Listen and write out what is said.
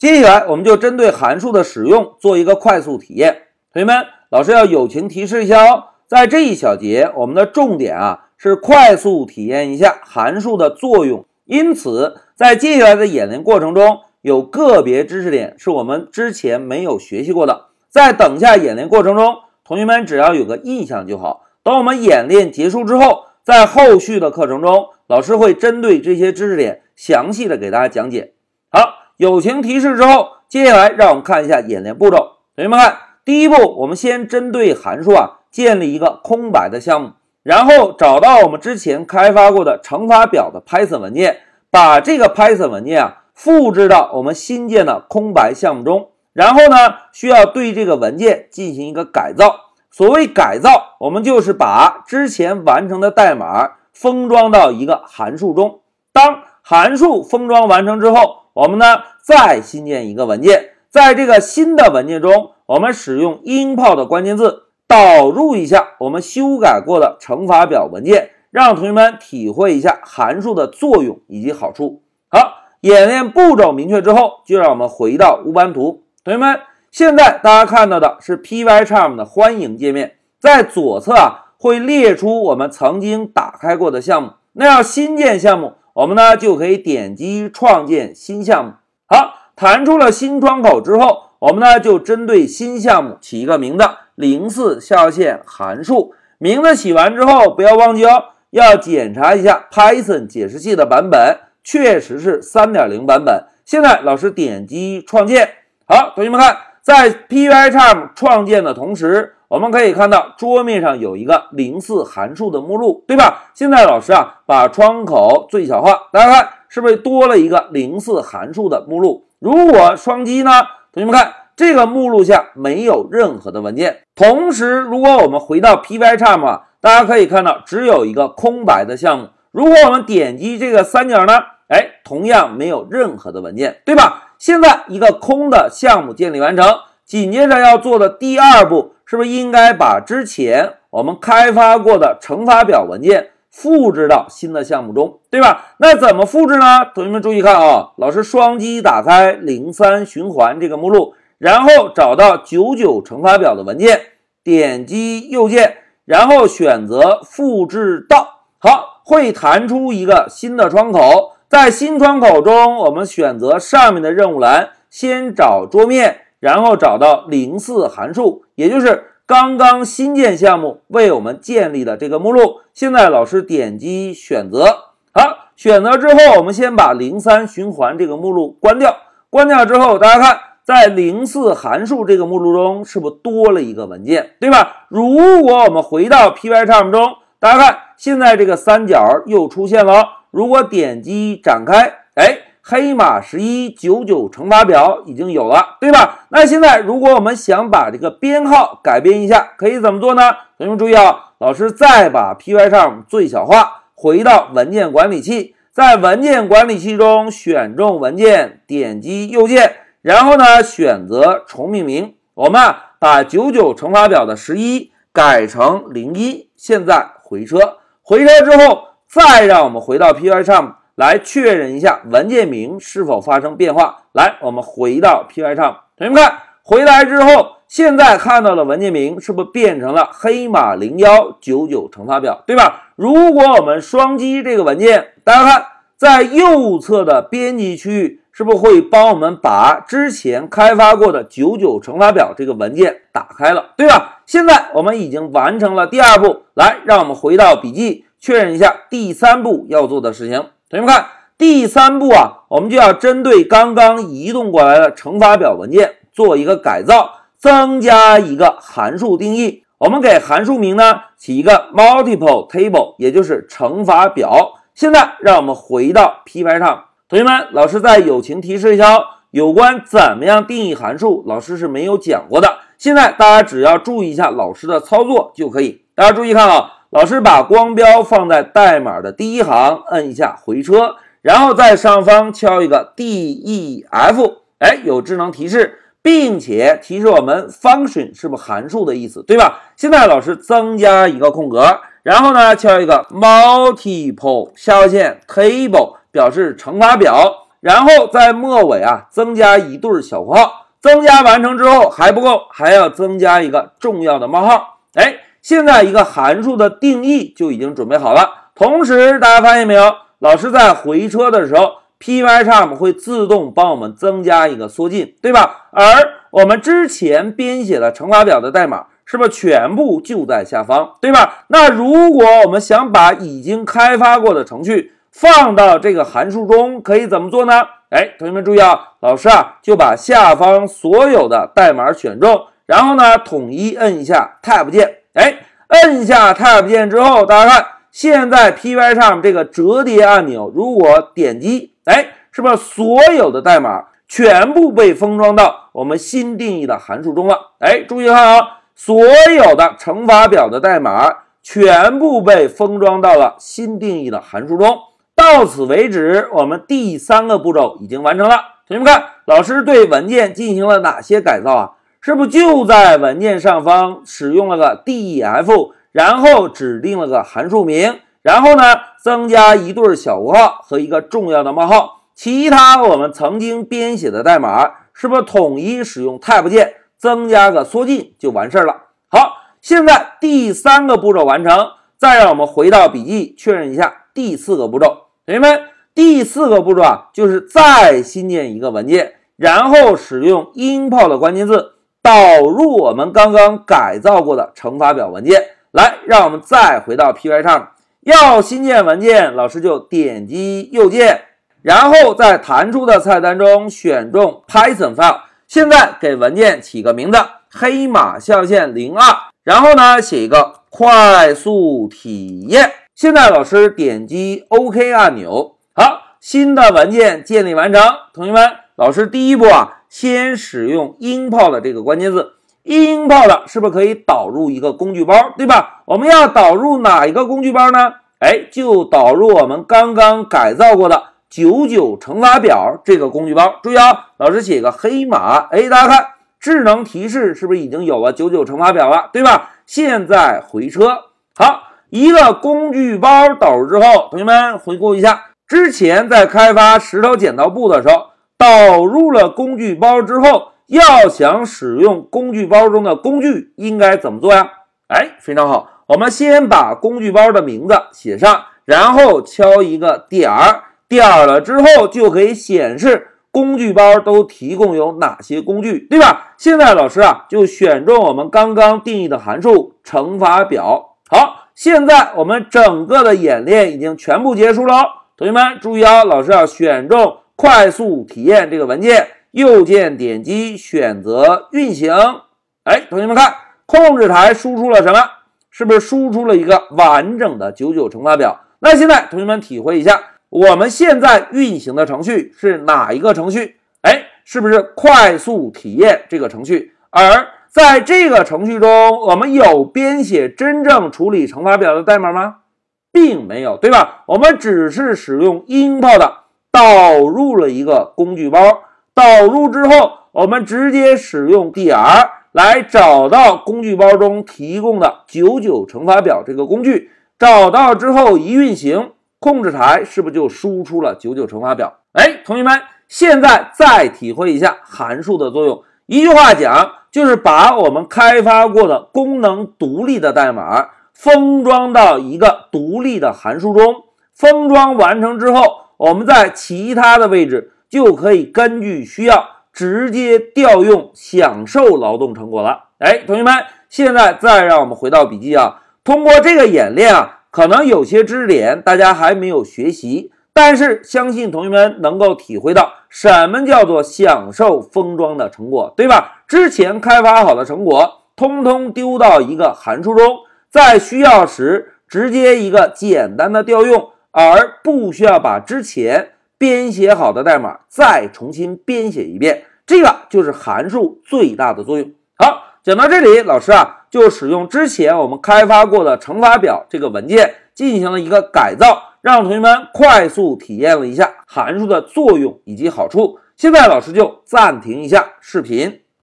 接下来我们就针对函数的使用做一个快速体验。同学们，老师要友情提示一下哦，在这一小节我们的重点是快速体验一下函数的作用，因此在接下来的演练过程中有个别知识点是我们之前没有学习过的，在等下演练过程中同学们只要有个印象就好，等我们演练结束之后，在后续的课程中老师会针对这些知识点详细的给大家讲解。好，友情提示之后，接下来让我们看一下演练步骤。同学们看，第一步我们先针对函数建立一个空白的项目，然后找到我们之前开发过的乘法表的 Python 文件，把这个 Python 文件复制到我们新建的空白项目中，然后呢需要对这个文件进行一个改造。所谓改造，我们就是把之前完成的代码封装到一个函数中。当函数封装完成之后，我们呢再新建一个文件，在这个新的文件中，我们使用import 的关键字导入一下我们修改过的乘法表文件，让同学们体会一下函数的作用以及好处。好，演练步骤明确之后，就让我们回到乌班图。同学们，现在大家看到的是 Pycharm 的欢迎界面，在左侧会列出我们曾经打开过的项目。那要新建项目，我们呢就可以点击创建新项目。好，弹出了新窗口之后，我们呢就针对新项目起一个名字，04下划线函数。名字起完之后，不要忘记要检查一下 Python 解释器的版本，确实是 3.0 版本。现在老师点击创建。好，同学们看，在 Pycharm 创建的同时，我们可以看到桌面上有一个04函数的目录，对吧？现在老师把窗口最小化，大家看是不是多了一个04函数的目录？如果双击呢，同学们看这个目录下没有任何的文件。同时如果我们回到 Pycharm 大家可以看到只有一个空白的项目。如果我们点击这个三角呢，同样没有任何的文件，对吧？现在一个空的项目建立完成，紧接着要做的第二步，是不是应该把之前我们开发过的乘法表文件复制到新的项目中，对吧？那怎么复制呢？同学们注意看老师双击打开03循环这个目录，然后找到99乘法表的文件，点击右键，然后选择复制到。好，会弹出一个新的窗口，在新窗口中，我们选择上面的任务栏，先找桌面，然后找到04函数，也就是刚刚新建项目为我们建立的这个目录。现在老师点击选择。好，选择之后，我们先把03循环这个目录关掉。关掉之后，大家看在04函数这个目录中是不是多了一个文件，对吧？如果我们回到 Pycharm 中，大家看现在这个三角又出现了。如果点击展开，黑马11 99乘法表已经有了，对吧？那现在如果我们想把这个编号改变一下，可以怎么做呢？同学们注意老师再把 Pycharm 最小化，回到文件管理器，在文件管理器中选中文件，点击右键，然后呢选择重命名。我们把99乘法表的11改成01，现在回车之后，再让我们回到 Pycharm 来确认一下文件名是否发生变化。来，我们回到 Pycharm， 同学们看，回来之后，现在看到的文件名是不是变成了黑马01 99乘法表，对吧？如果我们双击这个文件，大家看在右侧的编辑区域，是不是会帮我们把之前开发过的99乘法表这个文件打开了，对吧？现在我们已经完成了第二步，来，让我们回到笔记，确认一下第三步要做的事情。同学们看，第三步我们就要针对刚刚移动过来的乘法表文件做一个改造，增加一个函数定义。我们给函数名呢起一个 multiple table， 也就是乘法表。现在让我们回到 Pycharm， 同学们，老师再友情提示一下有关怎么样定义函数，老师是没有讲过的。现在大家只要注意一下老师的操作就可以。大家注意看老师把光标放在代码的第一行，摁一下回车，然后在上方敲一个 DEF， 有智能提示，并且提示我们 function 是不是函数的意思，对吧？现在老师增加一个空格，然后呢敲一个 multiple 下划线 table， 表示乘法表， 然后在末尾增加一对小括号，增加完成之后还不够，还要增加一个重要的冒号。现在一个函数的定义就已经准备好了。同时大家发现没有，老师在回车的时候 Pycharm 会自动帮我们增加一个缩进，对吧？而我们之前编写的乘法表的代码是不是全部就在下方，对吧？那如果我们想把已经开发过的程序放到这个函数中，可以怎么做呢？同学们注意老师就把下方所有的代码选中，然后呢统一摁一下 Tab 键。摁下 Tab 键之后，大家看现在 Pycharm 这个折叠按钮，如果点击，是不是所有的代码全部被封装到我们新定义的函数中了？注意看所有的乘法表的代码全部被封装到了新定义的函数中。到此为止，我们第3个步骤已经完成了。同学们看，老师对文件进行了哪些改造是不是就在文件上方使用了个 def， 然后指定了个函数名，然后呢增加一对小括号和一个重要的冒号，其他我们曾经编写的代码是不是统一使用 Tab 键增加个缩进就完事了？好，现在第3个步骤完成，再让我们回到笔记确认一下第4个步骤。同学们，第4个步骤就是再新建一个文件，然后使用 import 的关键字导入我们刚刚改造过的乘法表文件。来，让我们再回到 Pycharm， 要新建文件，老师就点击右键，然后在弹出的菜单中选中 Python file， 现在给文件起个名字，黑马象限02，然后呢写一个快速体验。现在老师点击 OK 按钮，好，新的文件建立完成。同学们，老师第一步先使用 import 的这个关键字 ，import 是不是可以导入一个工具包，对吧？我们要导入哪一个工具包呢？就导入我们刚刚改造过的99乘法表这个工具包。注意老师写个黑马，大家看智能提示是不是已经有了99乘法表了，对吧？现在回车，好，一个工具包导入之后，同学们回顾一下，之前在开发石头剪刀布的时候，导入了工具包之后，要想使用工具包中的工具应该怎么做呀？非常好，我们先把工具包的名字写上，然后敲一个点儿，点了之后就可以显示工具包都提供有哪些工具，对吧？现在老师就选中我们刚刚定义的函数乘法表。好，现在我们整个的演练已经全部结束了。同学们注意老师要选中快速体验这个文件，右键点击选择运行。同学们看，控制台输出了什么？是不是输出了一个完整的99乘法表？那现在同学们体会一下，我们现在运行的程序是哪一个程序？是不是快速体验这个程序？而在这个程序中，我们有编写真正处理乘法表的代码吗？并没有，对吧？我们只是使用 import 导入了一个工具包，导入之后，我们直接使用 dir 来找到工具包中提供的99乘法表这个工具，找到之后一运行，控制台是不是就输出了99乘法表？同学们，现在再体会一下函数的作用。一句话讲，就是把我们开发过的功能独立的代码封装到一个独立的函数中，封装完成之后，我们在其他的位置就可以根据需要直接调用，享受劳动成果了。同学们，现在再让我们回到笔记通过这个演练可能有些知识点大家还没有学习，但是相信同学们能够体会到什么叫做享受封装的成果，对吧？之前开发好的成果通通丢到一个函数中，在需要时直接一个简单的调用，而不需要把之前编写好的代码再重新编写一遍，这个就是函数最大的作用。好，讲到这里，老师就使用之前我们开发过的乘法表这个文件进行了一个改造，让同学们快速体验了一下函数的作用以及好处。现在老师就暂停一下视频。